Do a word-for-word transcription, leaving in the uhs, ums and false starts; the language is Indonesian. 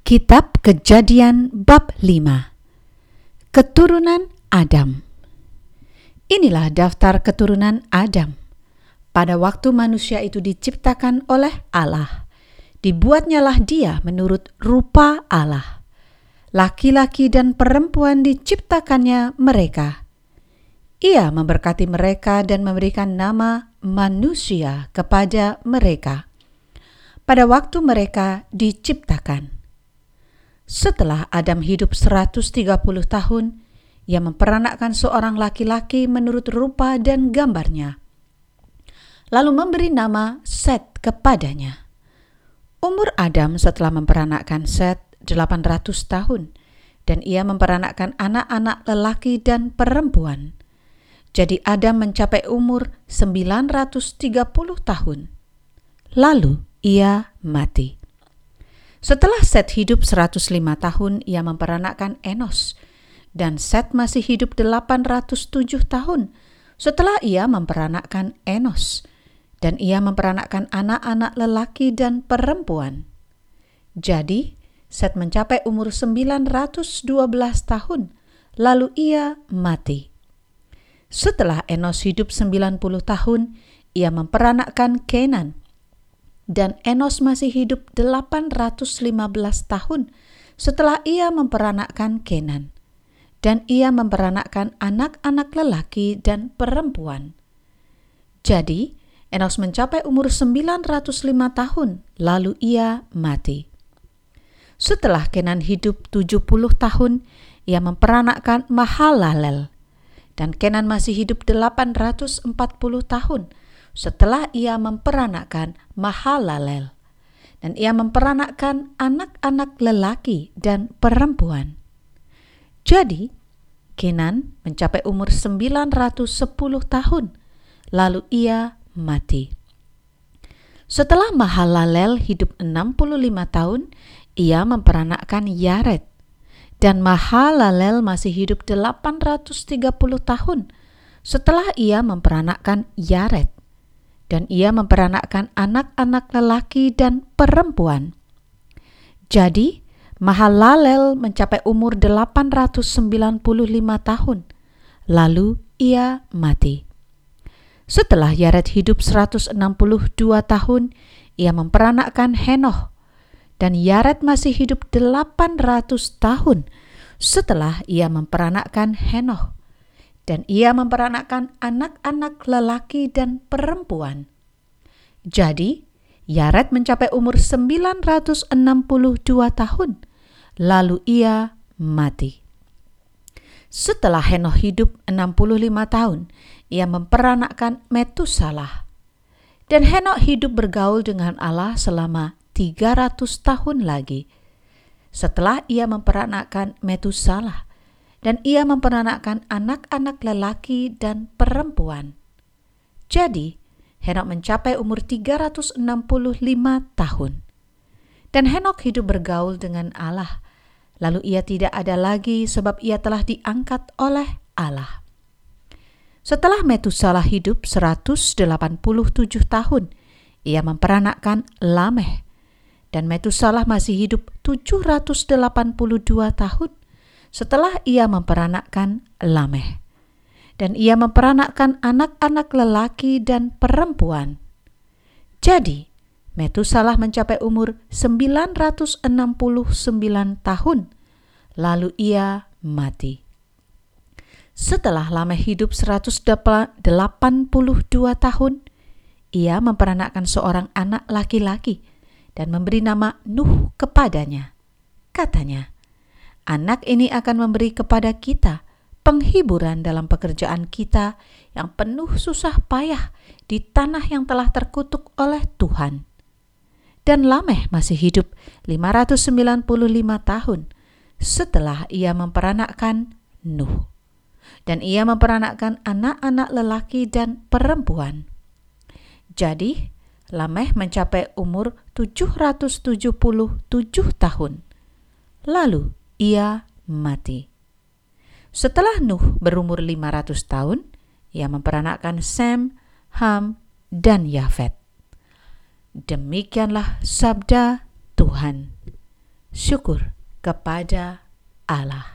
Kitab Kejadian bab lima. Keturunan Adam. Inilah daftar keturunan Adam. Pada waktu manusia itu diciptakan oleh Allah, dibuatnyalah dia menurut rupa Allah. Laki-laki dan perempuan diciptakannya mereka. Ia memberkati mereka dan memberikan nama manusia kepada mereka pada waktu mereka diciptakan. Setelah Adam hidup seratus tiga puluh tahun, ia memperanakkan seorang laki-laki menurut rupa dan gambarnya, lalu memberi nama Set kepadanya. Umur Adam setelah memperanakkan Set delapan ratus tahun, dan ia memperanakkan anak-anak lelaki dan perempuan. Jadi Adam mencapai umur sembilan ratus tiga puluh tahun. Lalu ia mati. Setelah Set hidup seratus lima tahun, ia memperanakkan Enos, dan Set masih hidup delapan ratus tujuh tahun setelah ia memperanakkan Enos, dan ia memperanakkan anak-anak lelaki dan perempuan. Jadi Set mencapai umur sembilan ratus dua belas tahun, lalu ia mati. Setelah Enos hidup sembilan puluh tahun, ia memperanakkan Kenan, dan Enos masih hidup delapan ratus lima belas tahun setelah ia memperanakkan Kenan, dan ia memperanakkan anak-anak lelaki dan perempuan. Jadi Enos mencapai umur sembilan ratus lima tahun, lalu ia mati. Setelah Kenan hidup tujuh puluh tahun, ia memperanakkan Mahalalel, dan Kenan masih hidup delapan ratus empat puluh tahun setelah ia memperanakkan Mahalalel, dan ia memperanakkan anak-anak lelaki dan perempuan. Jadi Kenan mencapai umur sembilan ratus sepuluh tahun, lalu ia mati. Setelah Mahalalel hidup enam puluh lima tahun, ia memperanakkan Yared, dan Mahalalel masih hidup delapan ratus tiga puluh tahun setelah ia memperanakkan Yared, dan ia memperanakkan anak-anak lelaki dan perempuan. Jadi Mahalalel mencapai umur delapan ratus sembilan puluh lima tahun, lalu ia mati. Setelah Yared hidup seratus enam puluh dua tahun, ia memperanakkan Henoh, dan Yared masih hidup delapan ratus tahun setelah ia memperanakkan Henoh, dan ia memperanakkan anak-anak lelaki dan perempuan. Jadi Yared mencapai umur sembilan ratus enam puluh dua tahun, lalu ia mati. Setelah Henoh hidup enam puluh lima tahun, ia memperanakkan Metusalah, dan Henoh hidup bergaul dengan Allah selama tiga ratus tahun lagi. Setelah ia memperanakkan Metusalah, dan ia memperanakkan anak-anak lelaki dan perempuan. Jadi Henok mencapai umur tiga ratus enam puluh lima tahun. Dan Henok hidup bergaul dengan Allah, lalu ia tidak ada lagi sebab ia telah diangkat oleh Allah. Setelah Metusalah hidup seratus delapan puluh tujuh tahun, ia memperanakkan Lameh, dan Metusalah masih hidup tujuh ratus delapan puluh dua tahun setelah ia memperanakkan Lameh, dan ia memperanakkan anak-anak lelaki dan perempuan. Jadi Metusalah mencapai umur sembilan ratus enam puluh sembilan tahun, lalu ia mati. Setelah Lameh hidup seratus delapan puluh dua tahun, ia memperanakkan seorang anak laki-laki dan memberi nama Nuh kepadanya. Katanya, anak ini akan memberi kepada kita penghiburan dalam pekerjaan kita yang penuh susah payah di tanah yang telah terkutuk oleh Tuhan. Dan Lameh masih hidup lima ratus sembilan puluh lima tahun setelah ia memperanakkan Nuh. Dan ia memperanakkan anak-anak lelaki dan perempuan. Jadi Lameh mencapai umur tujuh ratus tujuh puluh tujuh tahun. Lalu ia mati. Setelah Nuh berumur lima ratus tahun, ia memperanakkan Sem, Ham, dan Yafet. Demikianlah sabda Tuhan. syukur kepada Allah.